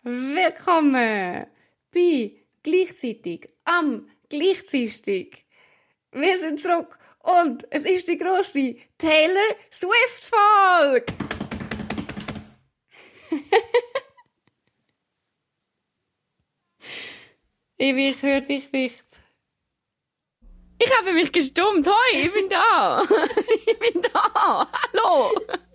Willkommen bei Gleichzeitig am Gleichzeitig. Wir sind zurück und es ist die grosse Taylor Swift-Folge. Ich höre dich nicht. Ich habe mich gestummt. Hoi, ich bin da. Ich bin da. Hallo.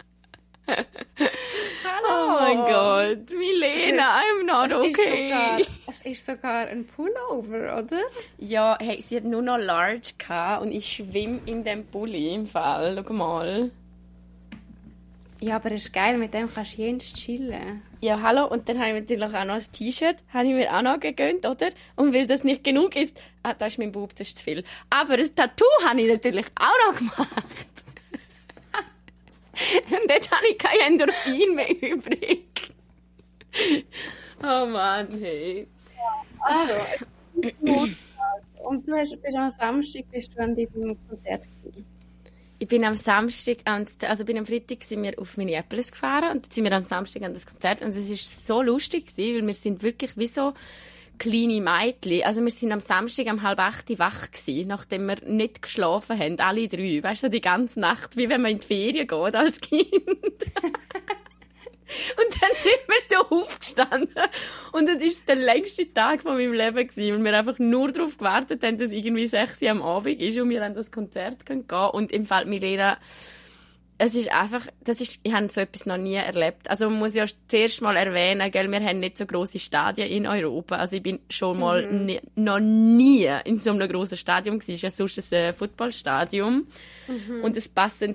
Hallo. Oh mein Gott. Milena, I'm not okay. Es ist sogar ein Pullover, oder? Ja, hey, sie hat nur noch large gehabt und ich schwimme in dem Pulli im Fall. Schau mal. Ja, aber es ist geil, mit dem kannst du jens chillen. Ja, hallo. Und dann habe ich natürlich auch noch ein T-Shirt, habe ich mir auch noch gegönnt, oder? Und weil das nicht genug ist, da ist mein Bub, das ist zu viel. Aber ein Tattoo habe ich natürlich auch noch gemacht. Und jetzt habe ich kein Endorphin mehr übrig. Oh Mann, hey. Also, und du bist am Samstag an diesem Konzert gewesen. Ich bin am Samstag, bin am Freitag sind wir auf Minneapolis gefahren und dann sind wir am Samstag an das Konzert und es war so lustig gewesen, weil wir sind wirklich wie so kleine Mädchen. Also wir sind am Samstag um 7:30 wach gewesen, nachdem wir nicht geschlafen haben, alle drei. Weißt du, die ganze Nacht, wie wenn man in die Ferien geht als Kind. Und dann sind wir so aufgestanden. Und das war der längste Tag von meinem Leben gewesen, weil wir einfach nur darauf gewartet haben, dass irgendwie 6 Uhr am Abend ist und wir an das Konzert gehen können. Und im Fall Milena, es ist einfach, ich habe so etwas noch nie erlebt. Also man muss ja zuerst mal erwähnen, gell, wir haben nicht so grosse Stadien in Europa. Also ich bin schon mal noch nie in so einem grossen Stadion gewesen. Es ist ja sonst ein Footballstadion. Und es passen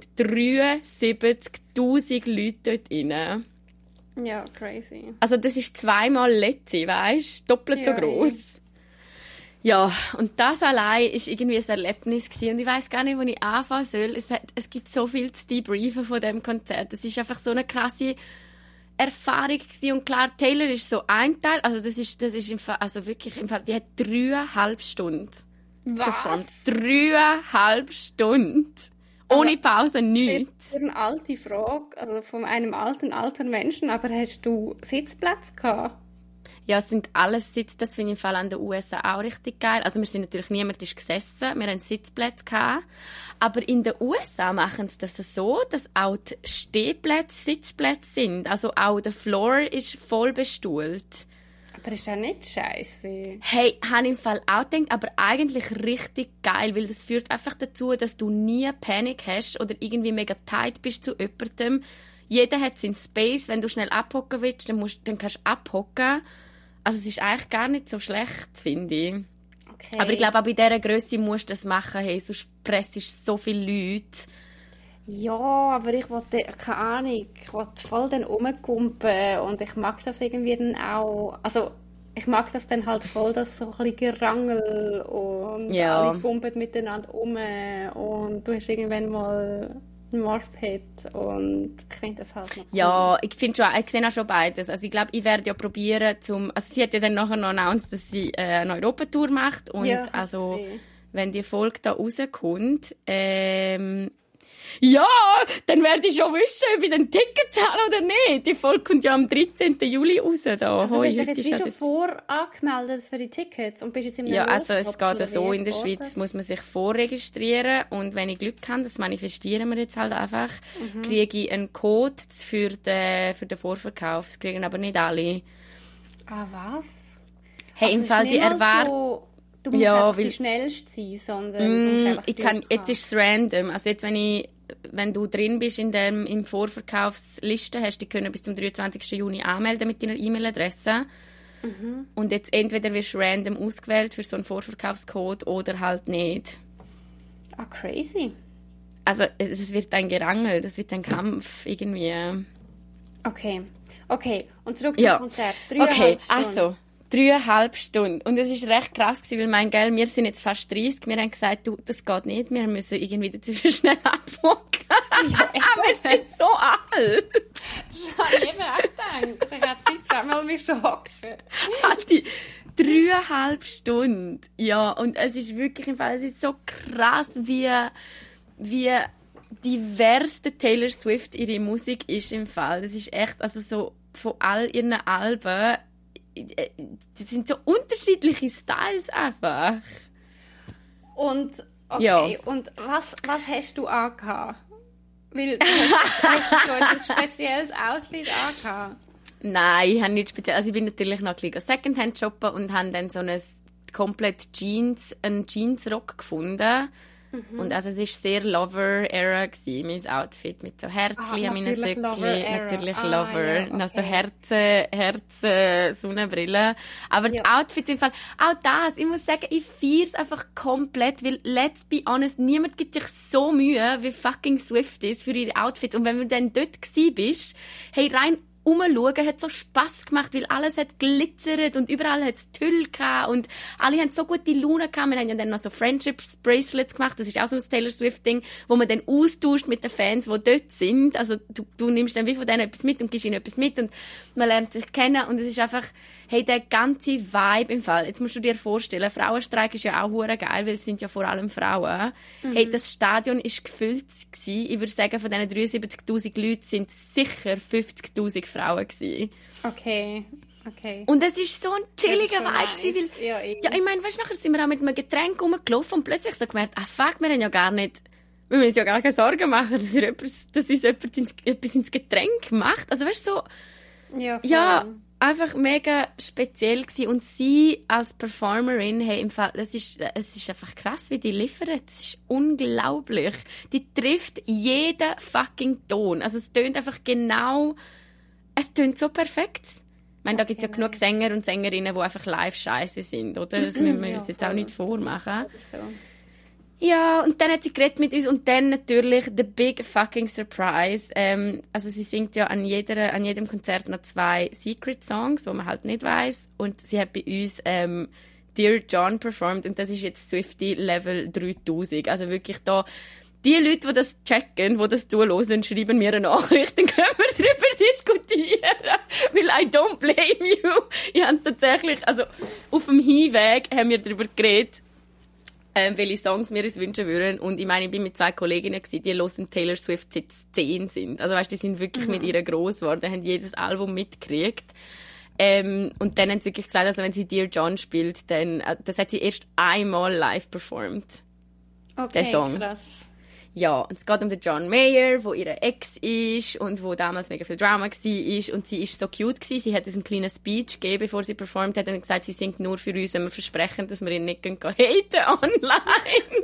73'000 Leute dort rein. Ja, crazy. Also das ist 2-mal Letzi, weisst? Doppelt so gross. Ja, und das allein war irgendwie ein Erlebnis gewesen. Und ich weiss gar nicht, wo ich anfangen soll. Es gibt so viel zu debriefen von diesem Konzert. Es ist einfach so eine krasse Erfahrung gewesen. Und klar, Taylor ist so ein Teil. Also das ist im Fall, also wirklich im Fall, die hat 3,5 Stunden performt. 3,5 Stunden. Ohne Pause, nichts. Das ist eine alte Frage, also von einem alten Menschen, aber hast du Sitzplätze gehabt? Ja, es sind alles Sitze, das finde ich im Fall an den USA auch richtig geil. Also wir sind natürlich, niemand ist gesessen, wir haben Sitzplätze gehabt. Aber in den USA machen sie das so, dass auch die Stehplätze Sitzplätze sind. Also auch der Floor ist voll bestuhlt. Aber ist ja nicht scheiße. Hey, habe ich im Fall auch gedacht, aber eigentlich richtig geil, weil das führt einfach dazu, dass du nie Panik hast oder irgendwie mega tight bist zu jemandem. Jeder hat seinen Space. Wenn du schnell abhocken willst, dann kannst du abhocken. Also es ist eigentlich gar nicht so schlecht, finde ich. Okay. Aber ich glaube, auch bei dieser Grösse musst du das machen, hey, sonst presst so viele Leute. Ja, aber ich wollte, keine Ahnung, ich wollte voll dann rumkumpen und ich mag das irgendwie dann auch, also ich mag das dann halt voll, das so ein bisschen Gerangel und Ja. alle kumpen miteinander und du hast irgendwann mal einen Moshpit und ich finde das halt noch cool. Ja, ich finde schon, ich sehe auch schon beides. Also ich glaube, ich werde ja probieren, also sie hat ja dann nachher noch announced, dass sie eine Europatour macht und Ja, also, gesehen. wenn die Folge da rauskommt, ja, dann werde ich schon wissen, ob ich ein Ticket zahle oder nicht. Die Folge kommt ja am 13. Juli raus. Da. Also Hoi, bist du heute jetzt ist wie ja schon der- vorangemeldet für die Tickets und bist jetzt im Ja, also es Lostopf, geht oder so, wie in der geht Schweiz das? muss man sich vorregistrieren und wenn ich Glück habe, das manifestieren wir jetzt halt einfach, kriege ich einen Code für den Vorverkauf. Das kriegen aber nicht alle. Ah, was? Hey, Also im es Fall ist die nicht mal Erwartung... so, du musst Ja, einfach weil- die schnellste sein, sondern du musst einfach jetzt ist es random. Also jetzt, wenn du drin bist im Vorverkaufsliste, hast du können bis zum 23. Juni anmelden mit deiner E-Mail-Adresse. Und jetzt entweder wirst du random ausgewählt für so einen Vorverkaufscode oder halt nicht. Ah, crazy. Also es wird ein Gerangel, das wird ein Kampf irgendwie. Okay, und zurück Ja. zum Konzert. Okay, 3,5 Stunden. also 3,5 Stunden. Und es ist recht krass gewesen, weil mein Gell, wir sind jetzt fast 30. Wir haben gesagt, du, das geht nicht. Wir müssen irgendwie dazwischen schnell abhocken. Ja, echt. Wir sind so alt. Ich habe eben auch gedacht, ich hätte viel zusammen mich so hocken. Alter, 3,5 Stunden. Ja, und es ist wirklich im Fall, es ist so krass, wie divers der Taylor Swift ihre Musik ist im Fall. Das ist echt, also so von all ihren Alben das sind so unterschiedliche Styles einfach. Und, okay, Ja. und was hast du angehabt? Weil hast du ein spezielles Outfit angehabt? Nein, ich habe nicht speziell. Also ich bin natürlich noch ein bisschen Secondhand shoppen und habe dann so einen Jeansrock gefunden. Und also es war sehr Lover-Era gewesen, mein Outfit mit so Herzchen an meinen natürlich Söckchen. Lover-Era. Natürlich Ah, Lover. ja, Noch so okay. Herzen, Sonnenbrille. Aber die Outfits im Fall, auch das, ich muss sagen, ich feiere es einfach komplett, weil, let's be honest, niemand gibt sich so Mühe wie fucking Swifties für ihre Outfits. Und wenn du dann dort gsi bist, hey, rein rumschauen hat so Spass gemacht, weil alles hat glitzert und überall hat es Tüll gehabt und alle haben so gute Laune gehabt. Wir haben ja dann noch so Friendship-Bracelets gemacht, das ist auch so ein Taylor Swift-Ding, wo man dann austauscht mit den Fans, die dort sind. Also du nimmst dann wie von denen etwas mit und gibst ihnen etwas mit und man lernt sich kennen und es ist einfach, hey, der ganze Vibe im Fall. Jetzt musst du dir vorstellen, Frauenstreik ist ja auch hure geil, weil es sind ja vor allem Frauen. Hey, das Stadion ist gefüllt gewesen. Ich würde sagen, von diesen 73'000 Leuten sind sicher 50'000 Frauen gewesen. Okay. Und es ist so ein chilliger Das Vibe ist gewesen, schon nice. weil, ja, ich meine, weißt, nachher sind wir auch mit einem Getränk rumgelaufen und plötzlich so gemerkt, fuck, wir haben ja gar nicht, wir müssen ja gar keine Sorgen machen, dass uns jemand etwas ins Getränk macht. Also weißt du, so, Ja, voll. ja, einfach mega speziell gewesen. Und sie als Performerin, hey, im Fall, es ist einfach krass, wie die liefert. Es ist unglaublich. Die trifft jeden fucking Ton. Also es tönt einfach genau, es tönt so perfekt. Ich meine, da gibt es ja genug Sänger und Sängerinnen, die einfach live scheiße sind, oder? Das müssen wir uns jetzt auch nicht vormachen. So. Ja, und dann hat sie geredet mit uns und dann natürlich the big fucking surprise. Also sie singt ja an jedem Konzert noch 2 Secret Songs, die man halt nicht weiss. Und sie hat bei uns Dear John performt und das ist jetzt Swiftie Level 3000. Also wirklich da, die Leute, die das checken, die das zuhören, schreiben mir eine Nachricht, dann können wir darüber diskutieren. Weil I don't blame you. Ich habe es tatsächlich, also auf dem Hinweg haben wir darüber geredet, welche Songs wir uns wünschen würden. Und ich meine, ich bin mit 2 Kolleginnen gewesen, die hören Taylor Swift seit 10 sind. Also weißt, die sind wirklich mit ihr gross geworden, haben jedes Album mitgekriegt. Und dann haben sie wirklich gesagt, also wenn sie Dear John spielt, dann, das hat sie erst einmal live performt. Okay, der Song. krass. Ja, und es geht um den John Mayer, wo ihre Ex ist und wo damals mega viel Drama war. Und sie ist so cute gewesen. Sie hat uns einen kleinen Speech gegeben, bevor sie performt hat und gesagt, sie singt nur für uns, wenn wir versprechen, dass wir ihn nicht haten online.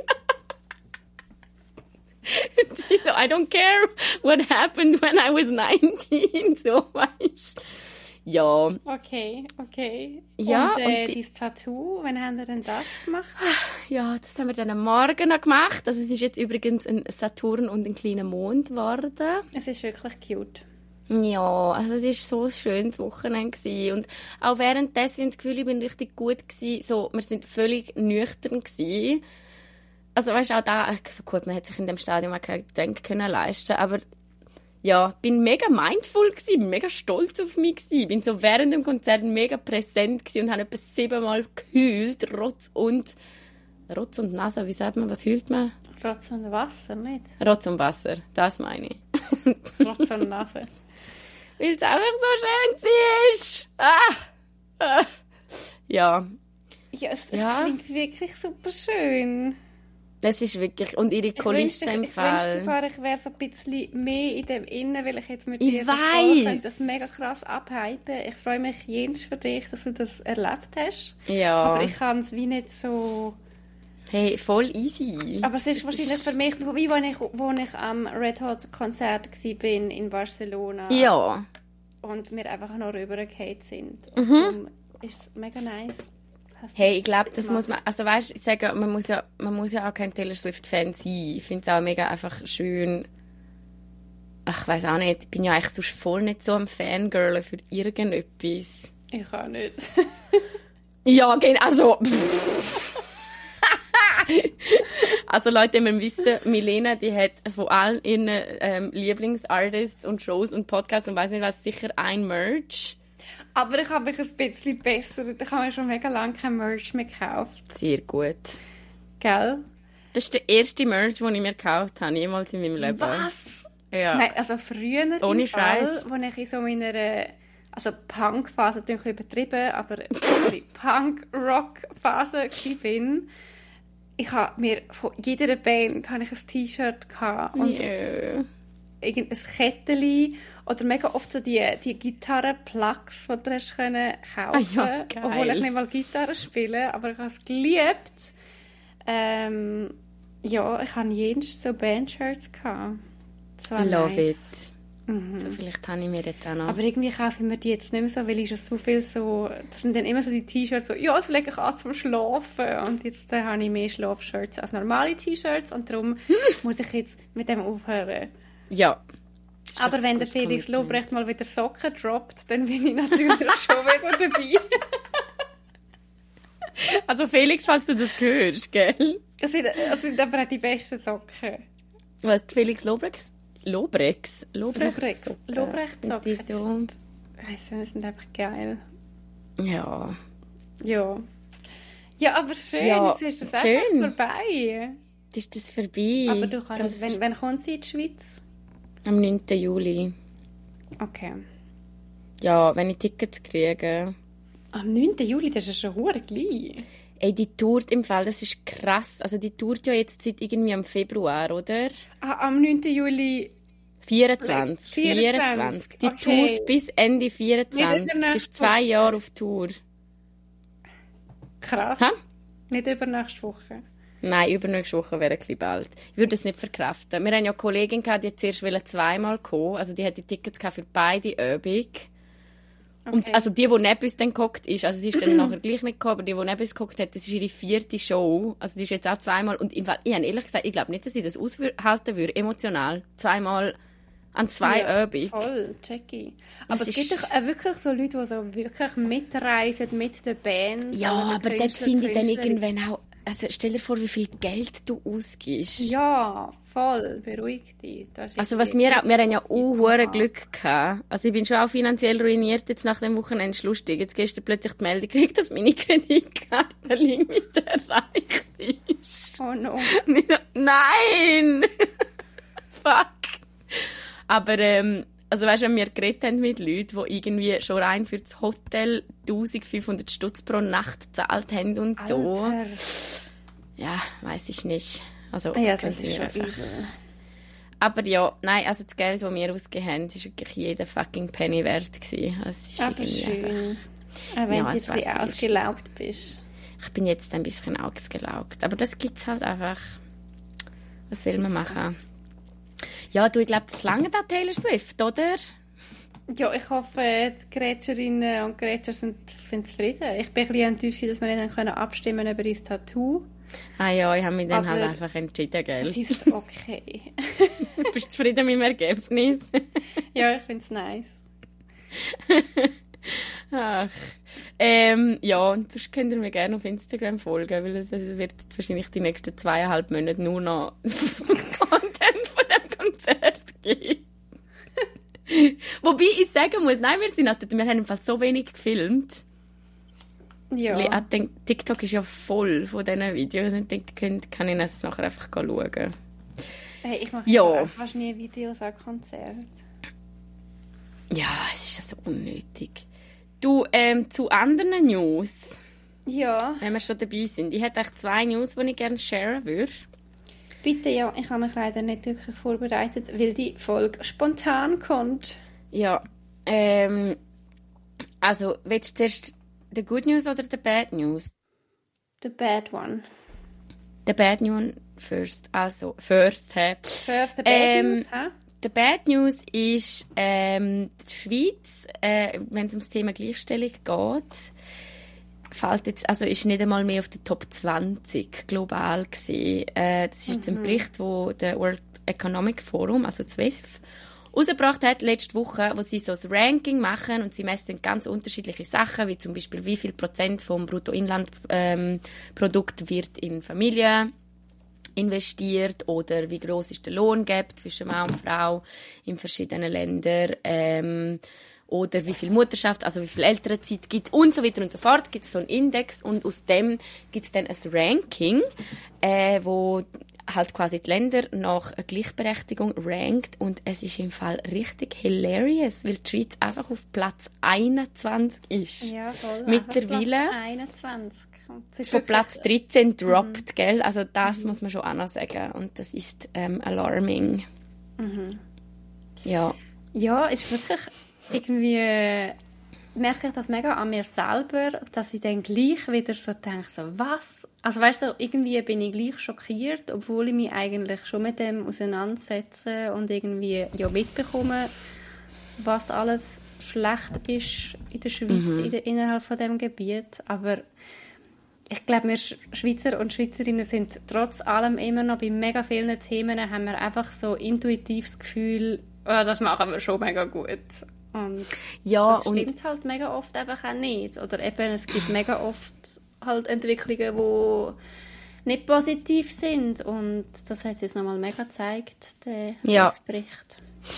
Und sie so, I don't care what happened when I was 19. So, weißt. Ja. Okay. Ja, und und dein Tattoo, wann haben wir denn das gemacht? Ja, das haben wir dann am Morgen noch gemacht. Also es ist jetzt übrigens ein Saturn und ein kleiner Mond geworden. Es ist wirklich cute. Ja, also es war so ein schönes Wochenende gewesen. Und auch währenddessen das Gefühl, ich bin richtig gut gewesen. So, wir sind völlig nüchtern gewesen. Also weißt du, auch da, so gut, man hätte sich in dem Stadion auch kein Getränk können leisten, aber ja, bin mega mindful gewesen, bin mega stolz auf mich gewesen, bin so während dem Konzert mega präsent gewesen und habe etwa 7-mal geheult, Rotz und Nase, wie sagt man, was heult man? Rotz und Wasser, nicht? Rotz und Wasser, das meine ich. Rotz und Nase. Weil es einfach so schön war. Ja. Ja, es Ja. klingt wirklich super schön. Das ist wirklich, und ihre Kulisse im Ich wünschte Fall. sogar, ich wäre so ein bisschen mehr in dem Innen, weil ich jetzt mit Ich dir so weiss. voll das mega krass abhypen. Ich freue mich jenst für dich, dass du das erlebt hast. Ja. Aber ich kann es wie nicht so... Hey, voll easy. Aber es ist wahrscheinlich für mich, wie wo ich am Red Hot Konzert war in Barcelona. Ja. Und wir einfach noch rübergefallen sind. Und darum ist es mega nice. Hast du Hey, ich glaube, das gemacht? muss man, also weißt, ich sage, man muss ja auch kein Taylor Swift-Fan sein. Ich finde es auch mega einfach schön. Ach, ich weiss auch nicht, ich bin ja eigentlich sonst voll nicht so ein Fangirl für irgendetwas. Ich auch nicht. Ja, also... Also Leute, ihr müsst wissen, Milena, die hat von allen ihren Lieblingsartists und Shows und Podcasts und weiss nicht was, sicher ein Merch. Aber ich habe mich ein bisschen besser. Ich habe mir schon mega lange kein Merch mehr gekauft. Sehr gut. Gell? Das ist der erste Merch, den ich mir gekauft habe, jemals in meinem Leben. Was? Ja. Nein, also früher Ohne im Fall, Scheiß. als ich in so meiner also Punk-Phase, das ist ein bisschen übertrieben, aber Punk-Rock-Phase bin. Ich habe mir von jeder Band ein T-Shirt gehabt und irgendein Kettchen oder mega oft so die Gitarren-Plugs, die du hast können kaufen. Ja, geil. Obwohl ich nicht mal Gitarre spiele, aber ich habe es geliebt. Ja, ich hatte jedes so Bandshirts gehabt. Das war Love nice. it. So, vielleicht habe ich mir jetzt auch noch... Aber irgendwie kaufe ich mir die jetzt nicht mehr so, weil ich schon so viel so... Das sind dann immer so die T-Shirts, so, ja, das lege ich an zum Schlafen. Und jetzt habe ich mehr Schlafshirts als normale T-Shirts und darum muss ich jetzt mit dem aufhören. Ja. Aber wenn der Felix Lobrecht mal wieder Socken droppt, dann bin ich natürlich schon wieder dabei. Also Felix, falls du das hörst, gell? Das sind aber auch die besten Socken. Was, Felix Lobrecht Lobrecht Socken. Die so... Ich weiss nicht, die sind einfach geil. Ja. Ja. Ja, aber schön, Ja, jetzt ist das schön. einfach vorbei. Jetzt ist das vorbei. Aber du kannst, wenn kommt sie in die Schweiz? Am 9. Juli. Okay. Ja, wenn ich Tickets kriege. Am 9. Juli, das ist schon verdammt gleich. Ey, die tourt im Fall, das ist krass. Also die tourt ja jetzt seit irgendwie am Februar, oder? Am 9. Juli... 24. Die okay. tourt bis Ende 24. Das ist 2 Jahre auf Tour. Krass. Hä? Nicht über nächste Woche. Nein, übernächste Woche wäre ein bisschen bald. Ich würde es nicht verkraften. Wir haben ja eine Kollegin gehabt, die zuerst zweimal kommen. Also die hat die Tickets für beide Übungen. Okay. Und also die neben uns dann gehockt ist, also sie ist dann nachher gleich nicht gekommen, aber die neben uns gehockt hat, das ist ihre 4. Show. Also die ist jetzt auch 2-mal. Und im Fall, ich habe ehrlich gesagt, ich glaube nicht, dass ich das aushalten würde, emotional. 2-mal an 2 Übungen. Voll, checky. Aber es gibt doch wirklich so Leute, die so wirklich mitreisen mit der Band. Ja, aber dort finde ich dann irgendwann auch... Also stell dir vor, wie viel Geld du ausgibst. Ja, voll. Beruhig dich. Also was wir haben ja auch Glück gehabt. Also ich bin schon auch finanziell ruiniert jetzt nach dem Wochenende. Ist lustig. Jetzt gestern plötzlich die Meldung gekriegt, dass meine Kreditkartenlimit erreicht ist. Oh no. Nein! Fuck! Aber also weißt du, wenn wir geredet haben mit Leuten, die irgendwie schon rein für das Hotel 1500 Stutz pro Nacht gezahlt haben und so. Alter. Ja, weiss ich nicht. Also, Ja, das ist schon übel. Aber ja, nein, also das Geld, das wir ausgegeben haben, war wirklich jeder fucking Penny wert gewesen. Es ist Aber irgendwie schön. einfach... Auch wenn Ja, du es jetzt ein bisschen weiss ich. ausgelaugt bist. Ich bin jetzt ein bisschen ausgelaugt. Aber das gibt es halt einfach. Was will man machen? Ja, du, ich glaube, das lange da Taylor Swift, oder? Ja, ich hoffe, die Grätscherinnen und Grätscher sind zufrieden. Ich bin ein bisschen enttäuscht, dass wir nicht abstimmen können über ihr Tattoo. Ah ja, ich habe mich dann Aber halt einfach entschieden, gell? Es ist okay. Bist du zufrieden mit dem Ergebnis? Ja, ich finde es nice. Ach. Ja, und sonst könnt ihr mir gerne auf Instagram folgen, weil es wird jetzt wahrscheinlich die nächsten 2,5 Monate nur noch Content von dem Konzert geben. Wobei ich sagen muss, nein, wir haben im Fall so wenig gefilmt. Ja. Weil ich denke, TikTok ist ja voll von diesen Videos und ich denke, kann ich das nachher einfach schauen. Hey, ich mache Ja. fast nie Videos an Konzert. Ja, es ist ja so unnötig. Du, zu anderen News, Ja, wenn wir schon dabei sind. Ich hätte echt 2 News, die ich gerne sharen würde. bitte ja. Ich habe mich leider nicht wirklich vorbereitet, weil die Folge spontan kommt. Ja, also, willst du zuerst the good news oder the bad news? The bad one. The bad news first. Also, first, hä? First the bad news, hä? The bad news ist, die Schweiz, wenn es ums Thema Gleichstellung geht, fällt jetzt, also ist nicht einmal mehr auf der Top 20 global gewesen. Das ist jetzt ein Bericht, wo der World Economic Forum, also das WEF, rausgebracht hat letzte Woche, wo sie so ein Ranking machen und sie messen ganz unterschiedliche Sachen, wie zum Beispiel wie viel Prozent vom Bruttoinlandprodukt wird in Familien investiert oder wie groß ist der Lohngap zwischen Mann und Frau in verschiedenen Ländern oder wie viel Mutterschaft, also wie viel Elternzeit gibt und so weiter und so fort. Gibt es so einen Index und aus dem gibt es dann ein Ranking, wo halt quasi die Länder nach Gleichberechtigung rankt und es ist im Fall richtig hilarious, weil die Schweiz einfach auf Platz 21 ist. Ja, voll. Mittlerweile Platz 21. von Platz 13 droppt, gell? Also das muss man schon auch noch sagen und das ist alarming. Ja. Ja, ist wirklich irgendwie... merke ich das mega an mir selber, dass ich dann gleich wieder so denke, so, was? Also weißt du, irgendwie bin ich gleich schockiert, obwohl ich mich eigentlich schon mit dem auseinandersetze und irgendwie ja mitbekomme, was alles schlecht ist in der Schweiz, innerhalb von dem Gebiet. Aber ich glaube, wir Schweizer und Schweizerinnen sind trotz allem immer noch bei mega vielen Themen, haben wir einfach so intuitiv das Gefühl, oh, das machen wir schon mega gut. Und ja, das stimmt halt mega oft einfach auch nicht. Oder eben, es gibt mega oft halt Entwicklungen, die nicht positiv sind. Und das hat es jetzt nochmal mega gezeigt, der Bericht.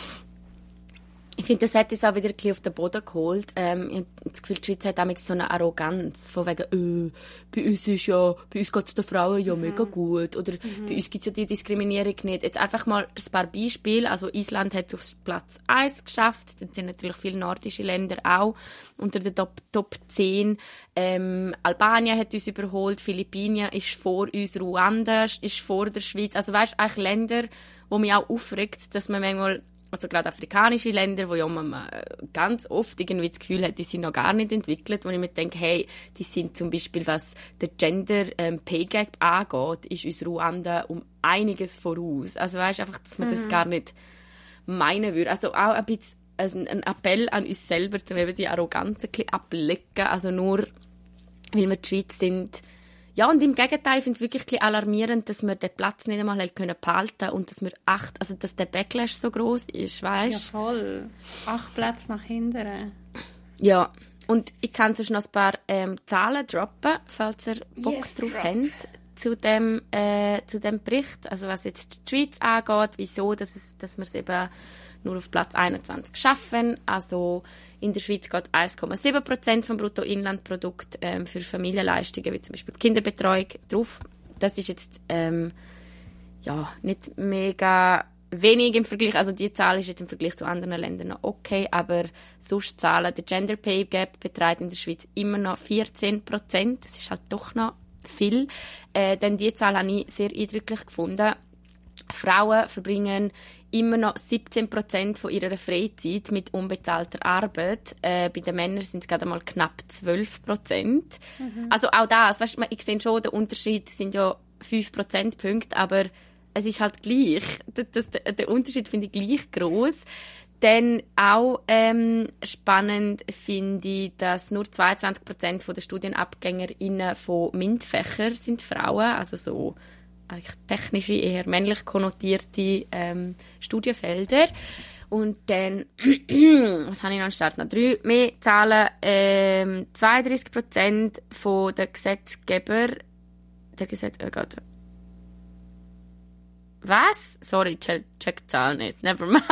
Ich finde, das hat uns auch wieder ein bisschen auf den Boden geholt. Ich habe das Gefühl, die Schweiz hat manchmal so eine Arroganz, von wegen, bei uns geht es den Frauen ja mega gut, oder bei uns gibt es ja die Diskriminierung nicht. Jetzt einfach mal ein paar Beispiele. Also Island hat es auf Platz 1 geschafft, dann sind natürlich viele nordische Länder auch unter den Top 10. Albanien hat uns überholt, Philippinen ist vor uns, Ruanda ist vor der Schweiz. Also weißt, eigentlich Länder, wo mich auch aufregt, dass man manchmal, also gerade afrikanische Länder, wo ja man ganz oft irgendwie das Gefühl hat, die sind noch gar nicht entwickelt, wo ich mir denke, hey, die sind zum Beispiel, was der Gender Pay Gap angeht, ist uns Ruanda um einiges voraus. Also weißt einfach, dass man das gar nicht meinen würde. Also auch ein bisschen ein Appell an uns selber, um eben die Arroganz ein bisschen abzulegen. Also nur, weil wir die Schweiz sind. Ja, und im Gegenteil, ich finde es wirklich ein bisschen alarmierend, dass wir den Platz nicht einmal behalten können und dass wir dass der Backlash so gross ist, weißt du? Ja, voll. 8 Plätze nach hinten. Ja, und ich kann sonst noch ein paar Zahlen droppen, falls ihr Bock drauf habt, zu dem Bericht. Also was jetzt die Schweiz angeht, wieso, dass wir es eben nur auf Platz 21 schaffen. Also in der Schweiz geht 1,7% vom Bruttoinlandprodukt für Familienleistungen, wie zum Beispiel Kinderbetreuung, drauf. Das ist jetzt nicht mega wenig im Vergleich. Also die Zahl ist jetzt im Vergleich zu anderen Ländern noch okay, aber sonst Zahlen. Der Gender Pay Gap beträgt in der Schweiz immer noch 14%. Das ist halt doch noch viel. Denn die Zahl habe ich sehr eindrücklich gefunden. Frauen verbringen immer noch 17% von ihrer Freizeit mit unbezahlter Arbeit. Bei den Männern sind es gerade mal knapp 12%. Also auch das, weißt, ich sehe schon, der Unterschied sind ja 5 Prozentpunkte, aber es ist halt gleich. Der Unterschied finde ich gleich gross. Dann auch spannend finde ich, dass nur 22% der StudienabgängerInnen von MINT-Fächern sind Frauen, also so eigentlich technische, eher männlich konnotierte Studienfelder. Und dann, was habe ich noch am Start? Noch 3 mehr Zahlen. 32% von den Gesetzgeber, oh Gott. Was? Sorry, check die Zahl nicht. Never mind.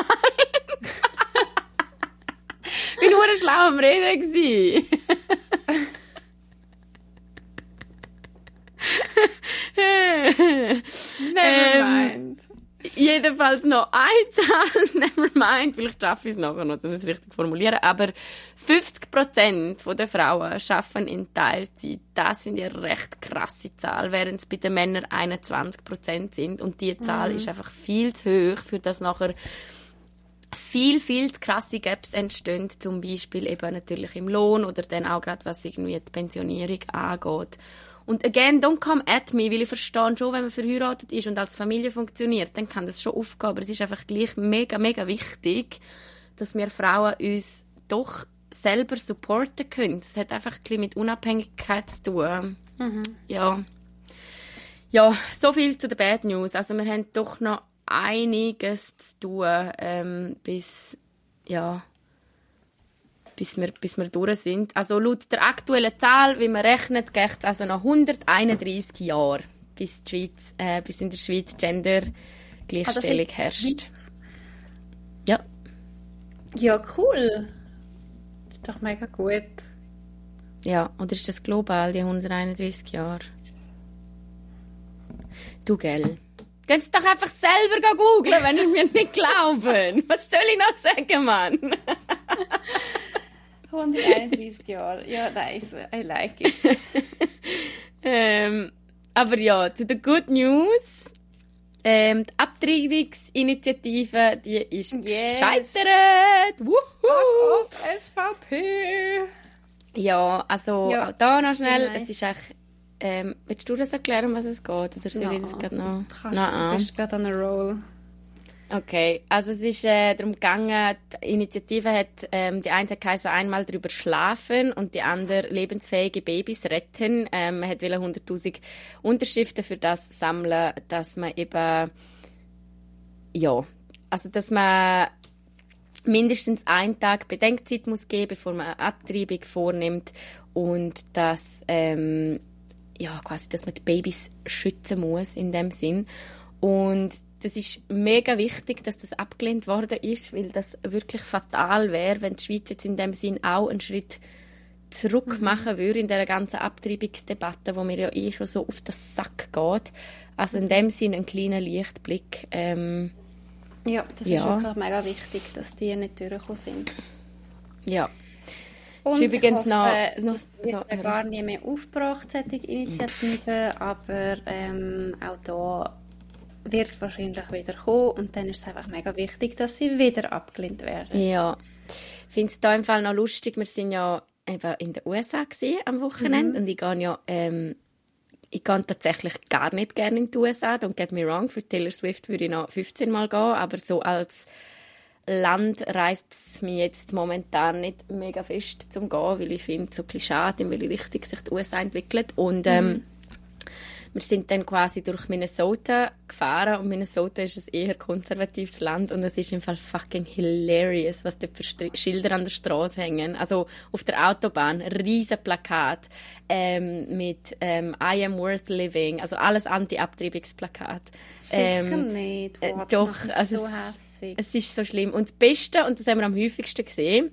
Ich war nur schlau am Reden gewesen. Never mind. Jedenfalls noch eine Zahl, never mind, vielleicht schaffe ich es nachher noch, um es richtig zu formulieren, aber 50% der Frauen arbeiten in Teilzeit. Das finde ich eine recht krasse Zahl, während es bei den Männern 21% sind. Und diese Zahl ist einfach viel zu hoch, für das nachher viel zu krasse Gaps entstehen, zum Beispiel eben natürlich im Lohn oder dann auch gerade, was irgendwie die Pensionierung angeht. Und again, don't come at me, weil ich verstehe schon, wenn man verheiratet ist und als Familie funktioniert, dann kann das schon aufgehen. Aber es ist einfach gleich mega, mega wichtig, dass wir Frauen uns doch selber supporten können. Das hat einfach ein bisschen mit Unabhängigkeit zu tun. Ja, so viel zu den Bad News. Also wir haben doch noch einiges zu tun, bis wir durch sind. Also laut der aktuellen Zahl, wie man rechnet, geht es also noch 131 Jahre, bis in der Schweiz Gender-Gleichstellung herrscht. Ja. Ja, cool. Das ist doch mega gut. Ja, oder ist das global, die 131 Jahre? Du, gell? Gehen Sie doch einfach selber googlen, wenn ihr mir nicht glauben. Was soll ich noch sagen, Mann? 131 Jahre. Ja, nice. I like it. Aber ja, zu den Good News. Die Abtreibungsinitiative, die ist gescheitert. Wuhu! SVP! Ja, also auch da noch schnell. Es ist eigentlich... willst du das erklären, was es geht? Oder soll ich das gerade noch? Du bist gerade on a roll. Okay, also es ist darum gegangen, die Initiative hat, die eine hat geheißen, einmal drüber schlafen und die andere lebensfähige Babys retten. Man hat 100'000 Unterschriften für das sammeln, dass man eben, ja, also dass man mindestens einen Tag Bedenkzeit muss geben, bevor man eine Abtreibung vornimmt und dass, ja, quasi, dass man die Babys schützen muss in dem Sinn. Und das ist mega wichtig, dass das abgelehnt worden ist, weil das wirklich fatal wäre, wenn die Schweiz jetzt in dem Sinn auch einen Schritt zurück machen würde in dieser ganzen Abtreibungsdebatte, wo mir ja schon so auf den Sack geht. Also in dem Sinn ein kleiner Lichtblick. Ja, das ist wirklich mega wichtig, dass die nicht durchgekommen sind. Ja. Und ist übrigens ich hoffe, noch wird gar nie mehr aufgebracht, solche Initiativen, aber auch da wird es wahrscheinlich wieder kommen und dann ist es einfach mega wichtig, dass sie wieder abgelehnt werden. Ja, ich finde es da im Fall noch lustig, wir sind ja eben in den USA am Wochenende und ich gehe tatsächlich gar nicht gerne in die USA, don't get me wrong, für Taylor Swift würde ich noch 15 Mal gehen, aber so als Land reist es mich jetzt momentan nicht mega fest zum Gehen, weil ich finde, so ein bisschen schade, in welche Richtung sich die USA entwickelt. Und wir sind dann quasi durch Minnesota gefahren und Minnesota ist ein eher konservatives Land und es ist im Fall fucking hilarious, was dort für Schilder an der Straße hängen. Also auf der Autobahn, riesen Plakat mit I am worth living, also alles Anti-Abtreibungsplakat. Sicher nicht. Boah, doch, also so hässig. Es ist so schlimm. Und das Beste, und das haben wir am häufigsten gesehen,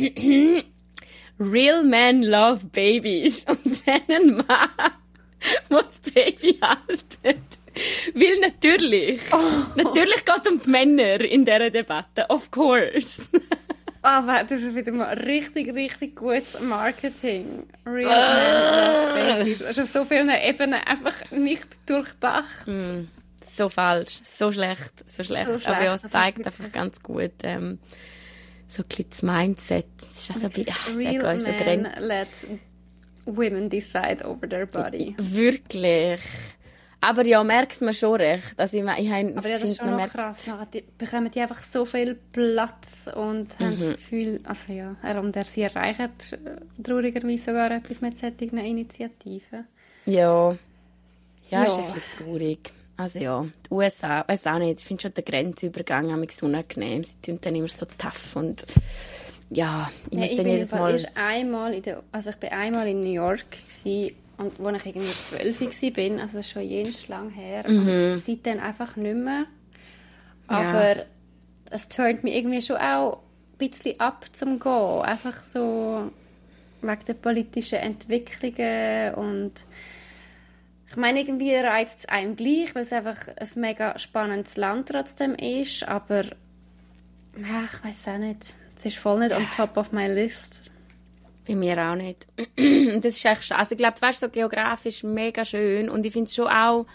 Real men love babies. Und dann ein Mann, der das Baby haltet. Weil natürlich geht es um die Männer in dieser Debatte, of course. Aber das ist wieder mal richtig, richtig gutes Marketing. Real men love babies. Das ist auf so vielen Ebenen einfach nicht durchdacht. So falsch, so schlecht. Aber ja, es zeigt einfach ganz gut so ein bisschen das Mindset. Es ist also Real men let women decide over their body. Wirklich. Aber ja, merkt man schon recht. Also aber ja, das ist schon noch krass. Die bekommen die einfach so viel Platz und haben das Gefühl, also ja, und sie erreichen traurigerweise sogar etwas mit solchen Initiativen. Ja. Ja, ist ein bisschen traurig. Also ja, die USA, weiß auch nicht, ich finde schon den Grenzübergang so unangenehm. Sie tun dann immer so tough und ja, ich muss dann jedes Mal... Ich bin einmal in New York gewesen, und wo ich irgendwie 12 war, also das ist schon jenst lang her, und seitdem einfach nicht mehr. Aber es turnt mich irgendwie schon auch ein bisschen ab zum Gehen, einfach so wegen der politischen Entwicklungen und ich meine, irgendwie reizt es einem gleich, weil es einfach ein mega spannendes Land trotzdem ist, aber ja, ich weiß auch nicht. Es ist voll nicht on top of my list. Bei mir auch nicht. Das ist echt schade. Also ich glaube, weißt, so geografisch mega schön und ich finde es schon auch,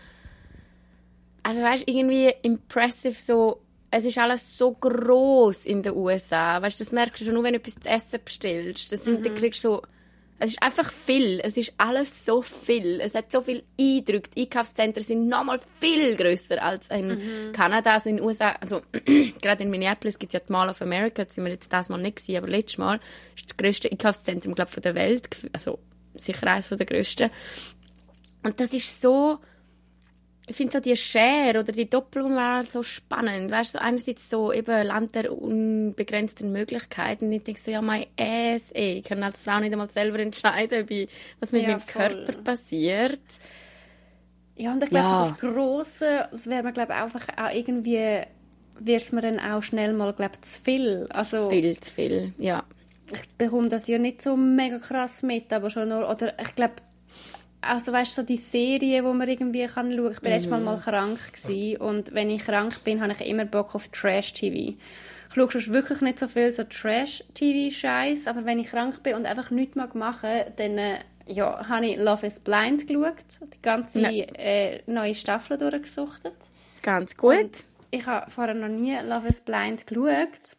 also weißt, irgendwie impressive so, es ist alles so gross in den USA. Weißt, das merkst du schon nur, wenn du etwas zu essen bestellst. Dann kriegst du so, es ist einfach viel. Es ist alles so viel. Es hat so viel Eindrücke. Die Einkaufszentren sind nochmal viel grösser als in Kanada, also in den USA. Also, gerade in Minneapolis gibt es ja die Mall of America. Das sind wir jetzt das Mal nicht gewesen, aber letztes Mal ist das grösste Einkaufszentrum, glaube ich, von der Welt. Also, sicher eines der grössten. Und das ist so, ich finde so die Schere oder die Doppelmoral so spannend. Weißt du, so einerseits so eben Land der unbegrenzten Möglichkeiten. Und ich denke so, ja, mein Ass, ich kann als Frau nicht einmal selber entscheiden, was mit meinem Körper passiert. Ja, und ich glaube, so das Grosse, das wäre mir, glaube ich, einfach auch irgendwie, wird es mir dann auch schnell mal, glaube ich, zu viel. Also, viel zu viel, ja. Ich bekomme das ja nicht so mega krass mit, aber schon nur, oder ich glaube, also weißt du, so die Serien, die man irgendwie kann schauen. Ich war letztes Mal krank gewesen, und wenn ich krank bin, habe ich immer Bock auf Trash-TV. Ich schaue sonst wirklich nicht so viel so Trash-TV-Scheiß, aber wenn ich krank bin und einfach nichts machen mag, dann habe ich Love is Blind geschaut, die ganze neue Staffel durchgesuchtet. Ganz gut. Und ich habe vorher noch nie Love is Blind geschaut.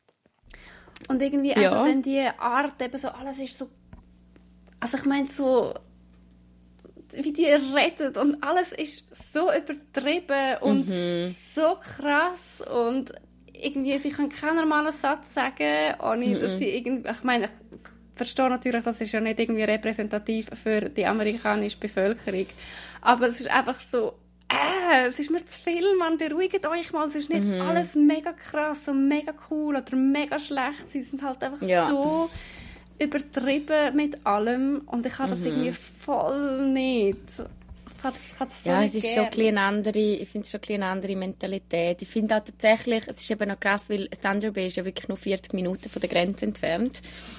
Und irgendwie einfach dann die Art, eben so, alles ist so, also ich meine so, wie die redet und alles ist so übertrieben und so krass und irgendwie, sie können keinen normalen Satz sagen, ohne dass sie irgendwie, ich meine, ich verstehe natürlich, das ist ja nicht irgendwie repräsentativ für die amerikanische Bevölkerung, aber es ist einfach so, es ist mir zu viel, Mann, beruhigt euch mal, es ist nicht alles mega krass und mega cool oder mega schlecht, sie sind halt einfach so übertrieben mit allem und ich kann das irgendwie voll nicht. Es ist schon eine andere, ich finde es schon eine andere Mentalität. Ich finde auch tatsächlich, es ist eben noch krass, weil Thunder Bay ist ja wirklich nur 40 Minuten von der Grenze entfernt.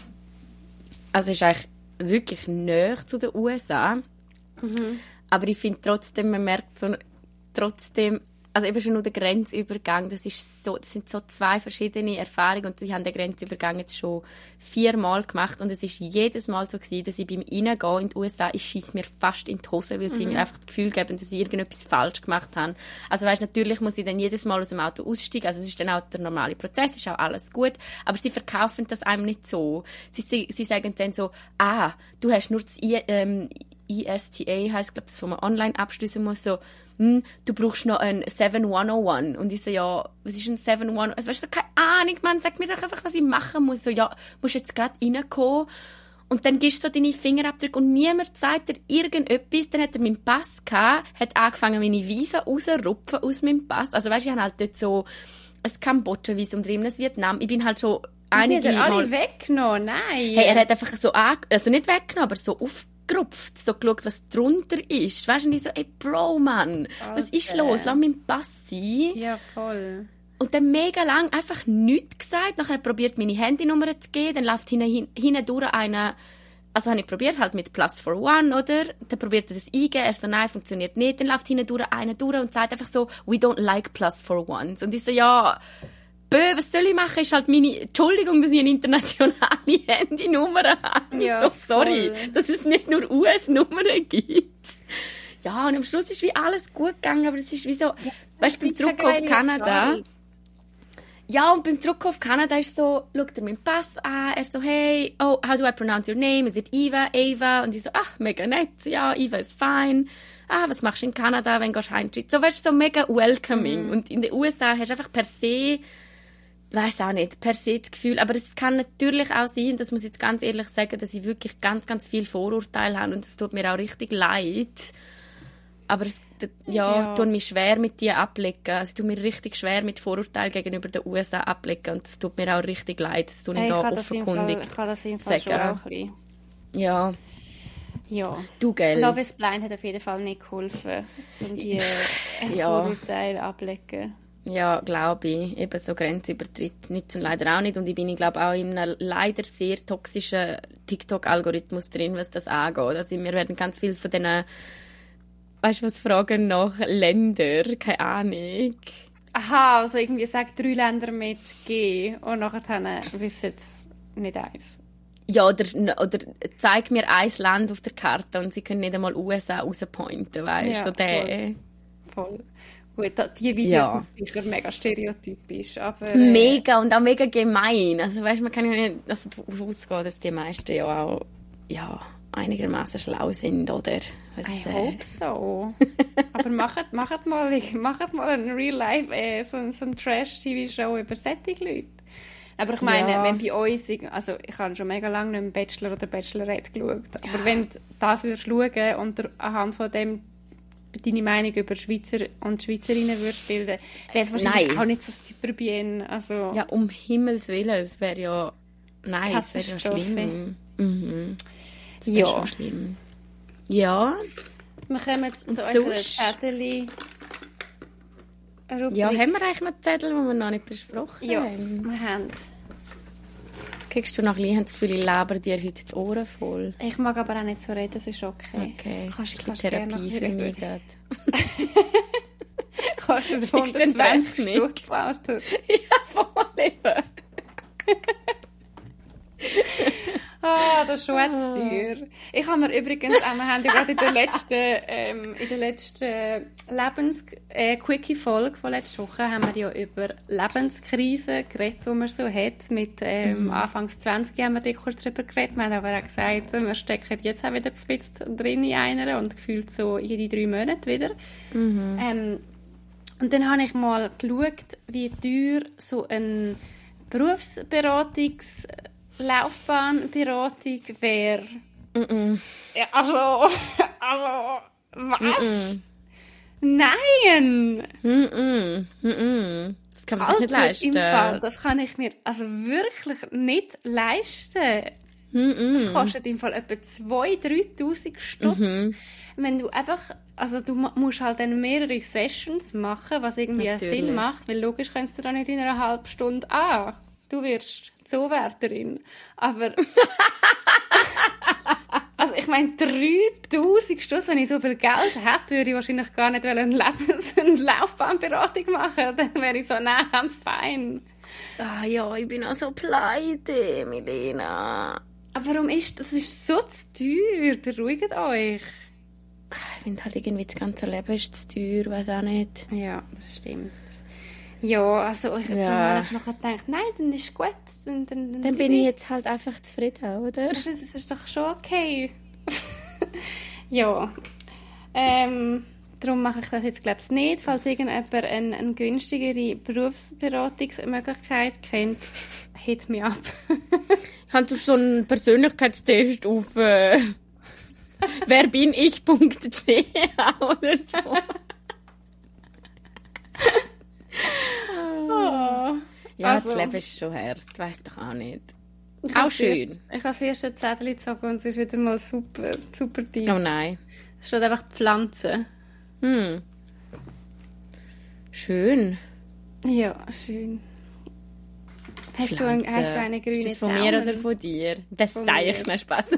Also es ist eigentlich wirklich nahe zu den USA. Aber ich finde trotzdem, man merkt so, trotzdem, also eben schon nur der Grenzübergang, das sind so zwei verschiedene Erfahrungen und sie haben den Grenzübergang jetzt schon 4 Mal gemacht und es ist jedes Mal so gewesen, dass ich beim Reingehen in die USA, ich schiesse mir fast in die Hose, weil sie mir einfach das Gefühl geben, dass sie irgendetwas falsch gemacht haben. Also weißt, natürlich muss ich dann jedes Mal aus dem Auto aussteigen, also es ist dann auch der normale Prozess, ist auch alles gut, aber sie verkaufen das einem nicht so. Sie sagen dann so, du hast nur das ESTA, heisst, glaube das, wo man online abschließen muss, so, du brauchst noch ein 7101. Und ich so, ja, was ist ein 711? Also, weißt du, keine Ahnung, Mann, sag mir doch einfach, was ich machen muss. So, ja, musst jetzt gerade reinkommen. Und dann gibst du so deine Fingerabdrücke und niemand sagt dir irgendetwas. Dann hat er meinen Pass gehabt, hat angefangen, meine Visa rauszurupfen aus meinem Pass. Also, weißt du, ich habe halt dort so ein Kambodscha-Visum drin, ein Vietnam. Ich bin halt schon einige Mal... alle weggenommen? Nein. Hey, er hat einfach so also nicht weggenommen, aber so aufgerupft, so geschaut, was drunter ist. Weißt du, und ich so, ey, Bro, Mann, was ist los? Lass meinen Pass sein. Ja, voll. Und dann mega lang einfach nichts gesagt. Nachher probiert meine Handynummer zu geben. Dann läuft hinten durch einer, also habe ich probiert halt mit +41, oder? Dann probiert er das eingeben. Er so, nein, funktioniert nicht. Dann läuft hinten durch einer durch und sagt einfach so, we don't like +41s. Und ich so, ja, was soll ich machen? Ist halt meine, Entschuldigung, dass ich eine internationale Handynummer habe. Ja, so, sorry, dass es nicht nur US-Nummern gibt. Ja, und am Schluss ist wie alles gut gegangen, aber es ist wie so, weißt du, beim Zurück auf Kanada. Ja, und beim Zurück auf Kanada ist so, schaut er meinen Pass an, er so, hey, oh, how do I pronounce your name? Is it Eva? Und ich so, mega nett, ja, Eva ist fine. Was machst du in Kanada, wenn du heimtrittst? So, weißt du, so mega welcoming. Und in den USA hast du einfach per se das Gefühl, aber es kann natürlich auch sein, das muss ich jetzt ganz ehrlich sagen, dass ich wirklich ganz, ganz viel Vorurteile habe und es tut mir auch richtig leid. Aber es tut mir schwer mit dir ablegen. Also, es tut mir richtig schwer mit Vorurteilen gegenüber den USA ablegen und es tut mir auch richtig leid, dass du nicht da offenkundig Ich kann das im Fall schon auch ein bisschen. Ja. Ja. Du, gell? Love is Blind hat auf jeden Fall nicht geholfen, um die Vorurteile ablegen. Ja, glaube ich. Eben so Grenzübertritt nützen leider auch nicht. Und ich bin, glaube auch in einem leider sehr toxischen TikTok-Algorithmus drin, was das angeht. Also wir werden ganz viel von diesen, weißt du was, Fragen nach Ländern, keine Ahnung. Aha, also irgendwie sagt 3 Länder mit G und nachher wissen es nicht eins. Ja, oder zeig mir ein Land auf der Karte und sie können nicht einmal USA rauspointen, weißt du? Ja, so der. Voll. Gut, die Videos sind sicher mega stereotypisch, aber... Mega und auch mega gemein. Also weißt, man kann ja nicht davon ausgehen, dass die meisten ja auch einigermaßen schlau sind, oder? I hope so. Aber macht mal ein Real-Life, so ein Trash-TV-Show über solche Leute. Aber ich meine, wenn bei uns, also ich habe schon mega lange nicht mehr Bachelor oder Bachelorette geschaut, aber wenn du das würdest schauen und anhand von dem deine Meinung über Schweizer und Schweizerinnen würdest bilden, wäre es wahrscheinlich auch nicht so super bien. Also, ja, um Himmels Willen, es wäre ja... Nein, es wäre ja schlimm. Es wäre schon schlimm. Ja. Wir kommen jetzt zu unserer Zettel-Rubrik. Ja, haben wir eigentlich noch Zettel, die wir noch nicht besprochen haben? Ja, wir haben. kriegst du nach Liebe das Gefühl, ich laber dir heute die Ohren voll. Ich mag aber auch nicht so reden, das ist okay. Okay, Kannst Therapie für mich gerade. Kannst du das Kriegst du den 120 Weg nicht? Stutz, Arthur? Ja, voll eben. Das ist schon jetzt teuer. Ich habe mir übrigens, wir haben ja gerade in der letzten Quickie-Folge von letzter Woche haben wir ja über Lebenskrisen geredet, die man so hat. Mit Anfangs 20 haben wir da kurz darüber geredet. Wir haben aber auch gesagt, wir stecken jetzt auch wieder ein bisschen drin in einer und gefühlt so jede 3 Monate wieder. Und dann habe ich mal geschaut, wie teuer so eine Laufbahnberatung wäre. Ja, also, was? Nein! Das kann man sich nicht leisten. Im Fall, das kann ich mir also wirklich nicht leisten. Das kostet im Fall etwa 2'000, 3'000 Stutz. Wenn du einfach, also du musst halt dann mehrere Sessions machen, was irgendwie Natürlich. Sinn macht, weil logisch kannst du dann nicht in einer halben Stunde, du wirst Zuwärterin. Aber, also ich meine, 3'000 Stutz, wenn ich so viel Geld hätte, würde ich wahrscheinlich gar nicht eine Laufbahnberatung machen. Dann wäre ich so, nein, I'm fine. Ja, ich bin auch so pleite, Milena. Aber warum ist das? Ist so zu teuer. Beruhigt euch. Ich finde halt irgendwie, das ganze Leben ist zu teuer, weiß auch nicht. Ja, das stimmt. Ja, also ich habe noch gedacht, nein, dann ist gut. Dann bin ich jetzt halt einfach zufrieden, oder? Das ist doch schon okay. Ja. Darum mache ich das jetzt, glaube ich, nicht. Falls irgendjemand eine günstigere Berufsberatungsmöglichkeit kennt, hit me up. Hast du so einen Persönlichkeitstest auf werbinich.ch oder so? Ja, also, das Leben ist schon hart. Ich weiss doch auch nicht. Auch schön. Ich habe das erste Zettel gezogen und es ist wieder mal super tief. Oh nein. Es steht einfach Pflanzen. Schön. Ja, schön. Hast du eine grüne Ist das von mir oder von dir? Das sage ich, mir Spaß.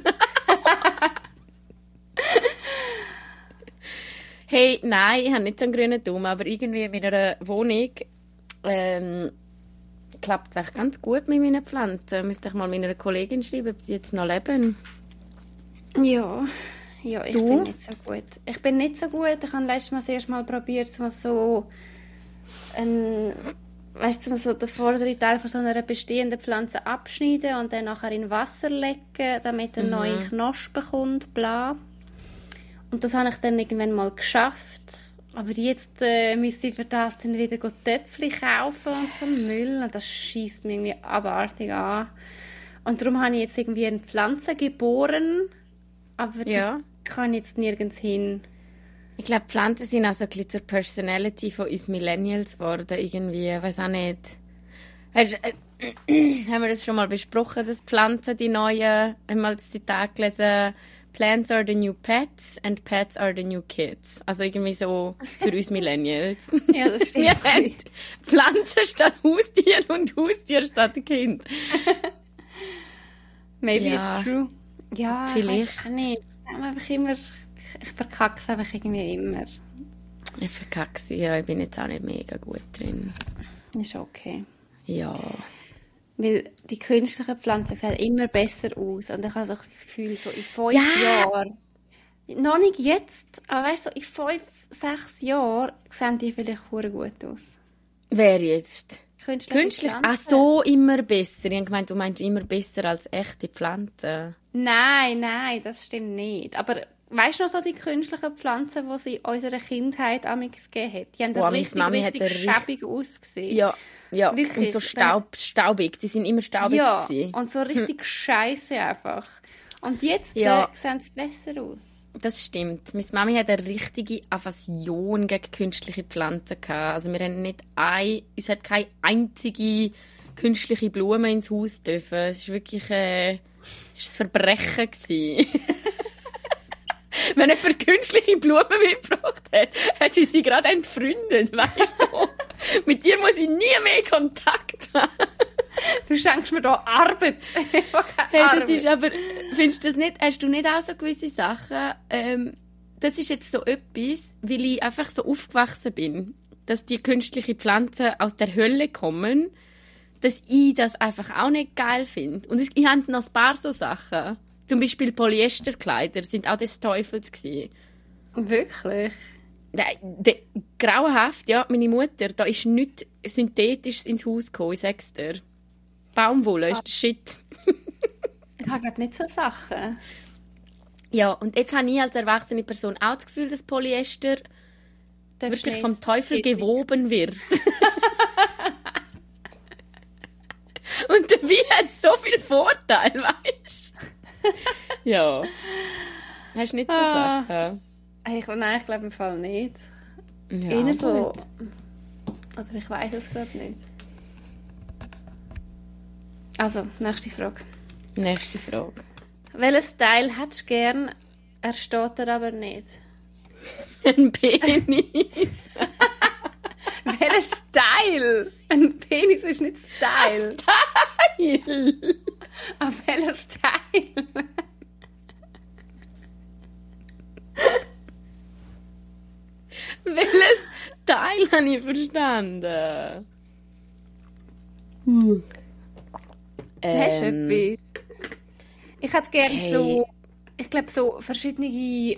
Hey, nein, ich habe nicht so einen grünen Daumen, aber irgendwie in meiner Wohnung klappt es echt ganz gut mit meinen Pflanzen. Müsste ich mal meiner Kollegin schreiben, ob die jetzt noch leben. Ja, ich bin nicht so gut. Ich habe letztes Mal das erste Mal probiert, so den vorderen Teil von so einer bestehenden Pflanze abschneiden und dann nachher in Wasser legen, damit er neue Knospen bekommt, bla. Und das habe ich dann irgendwann mal geschafft. Aber jetzt müsste ich für das dann wieder Töpfchen kaufen und so Müll. Und das schiesst mich irgendwie abartig an. Und darum habe ich jetzt irgendwie eine Pflanze geboren, aber die kann jetzt nirgends hin. Ich glaube, Pflanzen sind auch so ein bisschen zur Personality von uns Millennials geworden. Irgendwie, ich weiß auch nicht. Haben wir das schon mal besprochen, dass Pflanzen die neuen, einmal das Zitat gelesen, Plants are the new pets and pets are the new kids. Also irgendwie so für uns Millennials. Ja, das stimmt. Wir haben Pflanzen statt Haustier und Haustier statt Kind. Maybe it's true. Ja, vielleicht. Ich weiß auch nicht. Ich verkacke es einfach irgendwie immer. Ich verkacke es, ja. Ich bin jetzt auch nicht mega gut drin. Ist okay. Ja. Weil die künstlichen Pflanzen sehen immer besser aus. Und ich habe so das Gefühl, so in 5 Jahren, noch nicht jetzt, aber weißt du, so in 5, 6 Jahren sehen die vielleicht verdammt gut aus. Wer jetzt? Künstlich? Ach so, immer besser. Ich habe gemeint, du meinst immer besser als echte Pflanzen. Nein, das stimmt nicht. Aber weißt du noch so die künstlichen Pflanzen, die sie in unserer Kindheit amigs gegeben hat? Die haben richtig schäbig ausgesehen. Ja, wirklich. Und so staubig. Die sind immer staubig gewesen. Und so richtig scheisse einfach. Und jetzt sehen sie besser aus. Das stimmt. Meine Mami hat eine richtige Aversion gegen künstliche Pflanzen gehabt. Also wir haben uns hat keine einzige künstliche Blume ins Haus dürfen. Es war wirklich ein Verbrechen gewesen. Wenn jemand künstliche Blumen mitgebracht hat sie sie gerade entfreundet, weißt du? Mit dir muss ich nie mehr Kontakt haben. Du schenkst mir da Arbeit. Hey, das ist aber, findest du das nicht, hast du nicht auch so gewisse Sachen, das ist jetzt so etwas, weil ich einfach so aufgewachsen bin, dass die künstlichen Pflanzen aus der Hölle kommen, dass ich das einfach auch nicht geil finde. Und ich habe noch ein paar so Sachen. Zum Beispiel Polyesterkleider sind auch des Teufels gewesen. Wirklich? Grauenhaft, ja. Meine Mutter, da ist nichts Synthetisches ins Haus gekommen, ich sag's dir. Baumwolle ist der Shit. Ich habe gerade nicht so Sachen. Ja, und jetzt habe ich als erwachsene Person auch das Gefühl, dass Polyester wirklich vom Teufel gewoben wird. Und dabei hat es so viel Vorteil, weißt du? Ja. Hast du nicht so Sachen? Nein, ich glaube im Fall nicht. Ja, Eher so. gut. Oder ich weiß es gerade nicht. Also, nächste Frage. Nächste Frage. Welches Teil hättest du gern, er steht dir aber nicht? Ein Penis. Welches Teil? Ein Penis ist nicht das Teil. Teil. Aber welches Teil? Welches Teil habe ich verstanden? Hast du etwas? Ich hätte gerne Hey. so, ich glaube, so verschiedene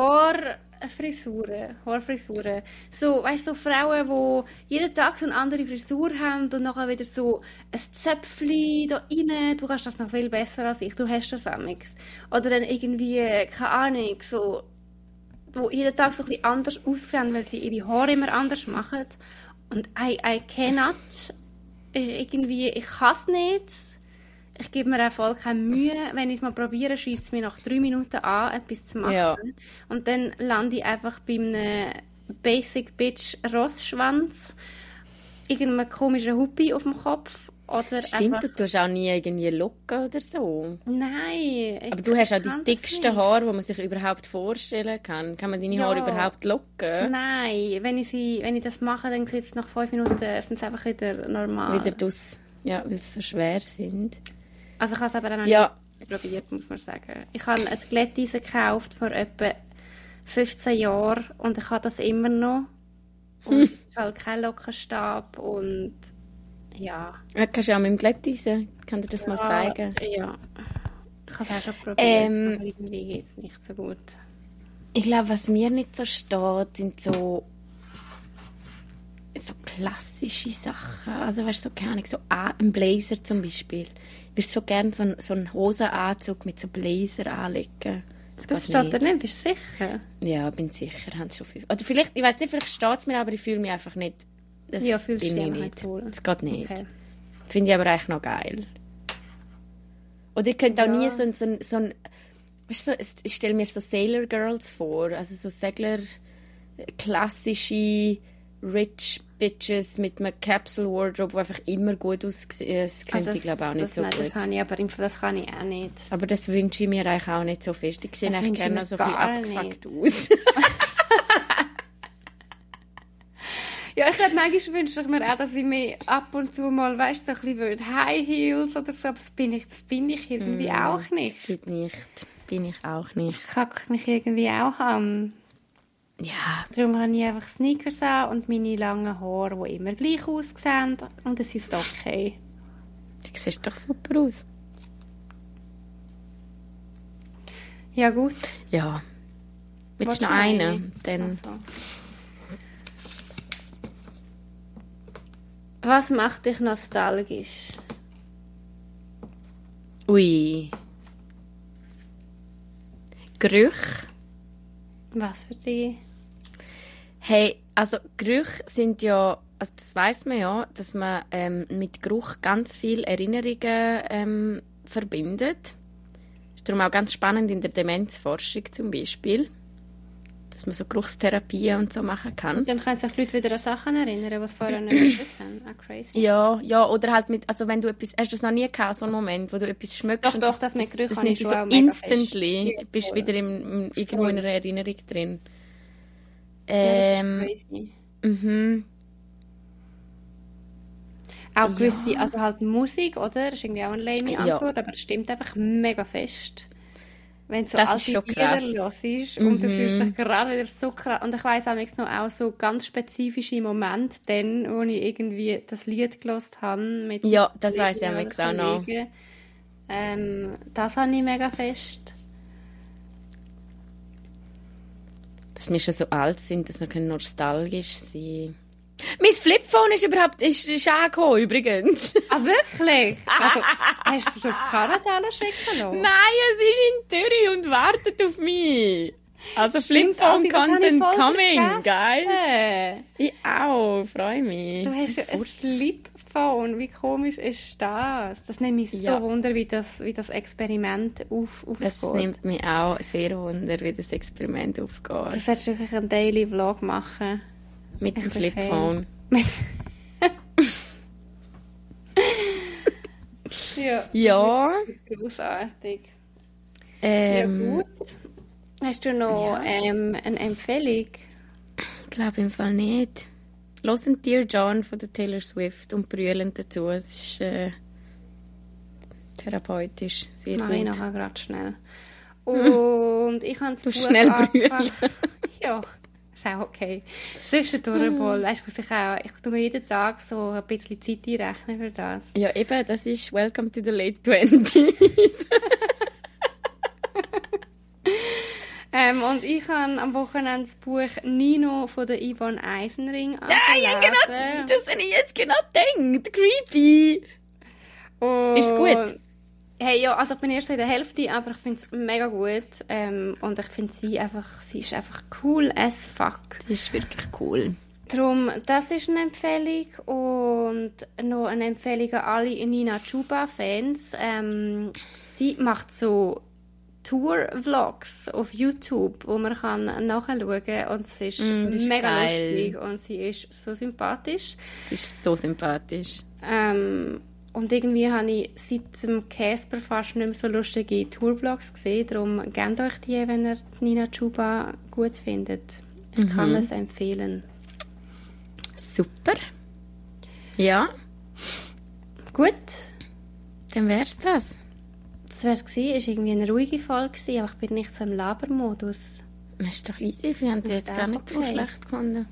Haarfrisuren. So, weißt du, so Frauen, die jeden Tag so eine andere Frisur haben und nachher wieder so ein Zöpfchen da rein. Du kannst das noch viel besser als ich. Du hast das amigs. Oder dann irgendwie, keine Ahnung, so, wo jeden Tag so ein bisschen anders aussehen, weil sie ihre Haare immer anders machen. Und I cannot. Ich kann es nicht. Ich gebe mir auch voll keine Mühe. Wenn ich es mal probiere, schießt es mir nach 3 Minuten an, etwas zu machen. Ja. Und dann lande ich einfach bei einem Basic Bitch Rossschwanz, irgendeinem komischen Huppi auf dem Kopf. Oder Stimmt, einfach... du tust auch nie irgendwie Locken oder so. Nein. Aber du hast auch die kann das dicksten nicht. Haare, die man sich überhaupt vorstellen kann. Kann man deine Ja. Haare überhaupt locken? Nein, wenn ich das mache, dann sieht es nach 5 Minuten sind es einfach wieder normal. Wieder draus. Ja, weil sie so schwer sind. Also ich habe es aber auch noch Ja. nicht probiert, muss man sagen. Ich habe ein Glätteisen gekauft vor etwa 15 Jahren und ich habe das immer noch. Und es ist halt kein Lockenstab und ja. Ja, kannst du auch mit dem Glätteisen. Ich kann dir das mal zeigen. Ja. Ich habe es auch schon probiert, aber irgendwie geht es nicht so gut. Ich glaube, was mir nicht so steht, sind so klassische Sachen. Also, weißt du, so, keine Ahnung, so ein Blazer zum Beispiel. Ich würde so gerne so einen Hosenanzug mit so Blazer anlegen. Das geht steht da nicht, bist du sicher? Ja, bin sicher. Haben sie schon viel. Oder vielleicht, ich weiß nicht, vielleicht steht es mir, aber ich fühle mich einfach nicht. Das Ja, fühlst bin du ich dich nicht. halt wohl. Das geht nicht. Okay. Finde ich aber eigentlich noch geil. Oder ihr könnt auch nie so ein weißt du, ich stelle mir so Sailor Girls vor, also so Segler, klassische Rich Bitches mit einem Capsule Wardrobe, die einfach immer gut aussehen. Das könnte ich glaube auch nicht so gut. Das habe ich, aber das kann ich auch nicht. Aber das wünsche ich mir eigentlich auch nicht so fest. Ich sehe Das eigentlich wünsche ich gerne mir so ein bisschen gar abgefuckt aus. Ja, ich hätte manchmal wünsche ich mir auch, dass ich mir ab und zu mal, weißt du, so ein bisschen High Heels oder so, aber das bin ich irgendwie auch nicht. Das geht nicht. Bin ich auch nicht. Ich kacke mich irgendwie auch an. Ja, Darum habe ich einfach Sneakers an und meine langen Haare, die immer gleich aussehen. Und es ist okay. du siehst doch super aus. Ja, gut. Ja. Willst Willst du noch du einen? Dann Also. Was macht dich nostalgisch? Ui. Gerüche. Was für dich? Hey, also Gerüche sind ja, also das weiss man ja, dass man mit Geruch ganz viele Erinnerungen verbindet. Ist darum auch ganz spannend in der Demenzforschung zum Beispiel, dass man so Geruchstherapien und so machen kann. Dann können sich die Leute wieder an Sachen erinnern, die sie vorher nicht wissen. Auch crazy. Ja, oder halt mit, also wenn du etwas, hast du das noch nie gehabt, so einen Moment, wo du etwas schmeckst Doch, das mit Gerüchen das habe nimmt ich dich schon so auch mega fest. instantly, Ja, bist voll. wieder irgendwo in einer Erinnerung drin. Ja, das ist crazy. Mhm. Auch gewisse, also halt Musik, oder? Das ist irgendwie auch eine lame Ja. Antwort, aber es stimmt einfach mega fest. Wenn du so Das ist schon alte Lieder krass. hörst und du fühlst dich gerade wieder so krass. Und ich weiss noch auch so ganz spezifische Momente, dann, wo ich irgendwie das Lied gehört habe mit Ja, das weiss ich Kollegen auch noch. Kollegen. Das habe ich mega fest. Dass wir schon so alt sind, dass wir nostalgisch sein können. Mein Flipphone ist angekommen, übrigens. Ah, wirklich? Also, hast du es auf Kanada schicken lassen? Nein, es ist in Zürich und wartet auf mich. Also Stimmt, Flipphone Aldi, das habe ich Content voll coming, vergessen. geil. Ich auch, freue mich. Du hast ja ein Flipphone. Wie komisch ist das? Das nimmt mich so Ja. wunder, wie das Experiment Das aufgeht. nimmt mich auch sehr wunder, wie das Experiment aufgeht. Das solltest du wirklich einen Daily Vlog machen. Mit dem Ich bin Flipphone. Ja. Ja. Großartig. Ja, Ähm, gut. Hast du noch eine Empfehlung? Ich glaube im Fall nicht. Hören Dear John von der Taylor Swift und brüllen dazu. Es ist therapeutisch, sehr Mache ich gut. nachher gerade schnell. Und ich habe das Du Buch schnell brüllen. angefangen. Ja, ist auch okay. Zwischendurch mal, weißt du, ich tue mir jeden Tag so ein bisschen Zeit einrechnen für das. Ja, eben, das ist Welcome to the Late 20s. Und ich habe am Wochenende das Buch Nino von der Yvonne Eisenring Ja, genau, das habe ich jetzt genau gedacht. Creepy. Und Ist es gut? Hey, ja, also ich bin erst in der Hälfte, aber ich finde es mega gut. Und ich finde sie ist einfach cool as fuck. Das ist wirklich cool. Darum, das ist eine Empfehlung. Und noch eine Empfehlung an alle Nina Chuba-Fans. Sie macht so Tour-Vlogs auf YouTube, wo man kann nachschauen kann. Und es ist das ist mega geil. lustig und sie ist so sympathisch. Das ist so sympathisch. Und irgendwie habe ich seit dem Casper fast nicht mehr so lustige Tourvlogs gesehen. Darum gebt euch die, wenn ihr Nina Chuba gut findet. Ich kann es empfehlen. Super. Ja, Gut, dann wär's das. das wäre es gewesen. Es war irgendwie eine ruhige Folge, gewesen, aber ich bin nicht so im Labermodus. Das ist doch easy. Wir haben sie Das jetzt ist gar auch nicht so okay. schlecht gefunden.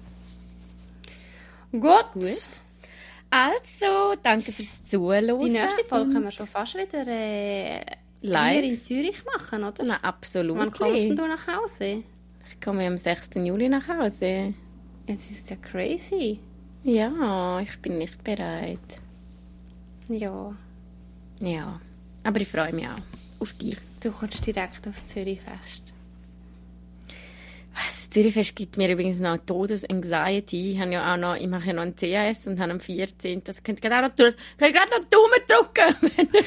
Gut. Also, danke fürs Zuhören. Die nächste Folge können wir schon fast wieder Live. hier in Zürich machen, oder? Na, absolut. Wann kommst denn du nach Hause? Ich komme am 6. Juli nach Hause. Es ist ja crazy. Ja, ich bin nicht bereit. Ja, Ja, aber ich freue mich auch auf dich. du kommst direkt aufs Zürichfest. Das Zürichfest gibt mir übrigens noch Todes-Anxiety. Ich mache ja noch ein CAS und habe am 14. Das könnt ihr gerade noch Daumen drücken.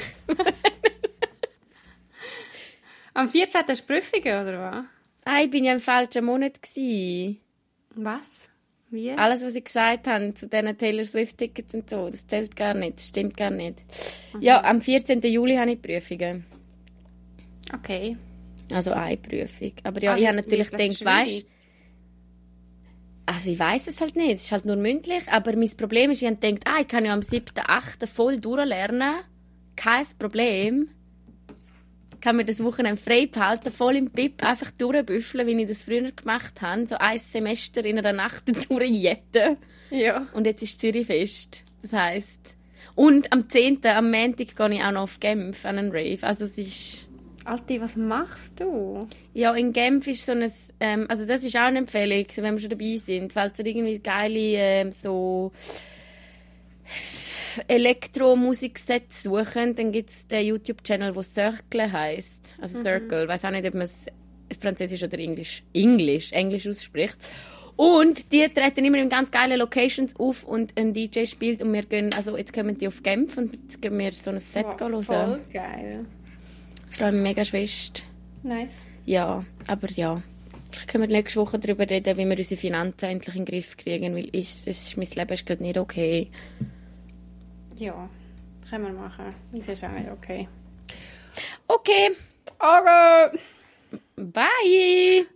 Am 14. hast du Prüfungen, oder was? Ich bin ja im falschen Monat gewesen. Was? Wie? Alles, was ich gesagt habe zu diesen Taylor Swift-Tickets und so, das zählt gar nicht, das stimmt gar nicht. Ja, am 14. Juli habe ich Prüfungen. Okay. Also eine Prüfung. Aber ja, Ah, ich habe natürlich das ist gedacht, schwierig. weißt, also ich weiss es halt nicht, es ist halt nur mündlich, aber mein Problem ist, ich habe gedacht, ich kann ja am 7.8. voll durchlernen, kein Problem. Ich kann mir das Wochenende frei behalten, voll im Pip, einfach durchbüffeln, wie ich das früher gemacht habe, so ein Semester in einer Nacht durchjetten. Ja. Und jetzt ist Zürichfest. Das heisst, und am 10., am Montag, gehe ich auch noch auf Genf an einen Rave. Also es ist... Alti, was machst du? Ja, in Genf ist so ein... also das ist auch eine Empfehlung, wenn wir schon dabei sind. Falls ihr irgendwie geile so Elektromusik-Sets suchen, dann gibt es den YouTube-Channel, der Circle heisst. Also Circle. Ich weiss auch nicht, ob man es Französisch oder Englisch ausspricht. Und die treten immer in ganz geile Locations auf und ein DJ spielt und wir gehen, also jetzt kommen die auf Genf und jetzt gehen wir so ein Set hören. Voll geil. Ich freue mich mega fest. Nice. Ja, aber ja. Vielleicht können wir nächste Woche darüber reden, wie wir unsere Finanzen endlich in den Griff kriegen, weil mein Leben ist gerade nicht okay. Ja, können wir machen. Das ist auch nicht okay. Okay, Okay. bye!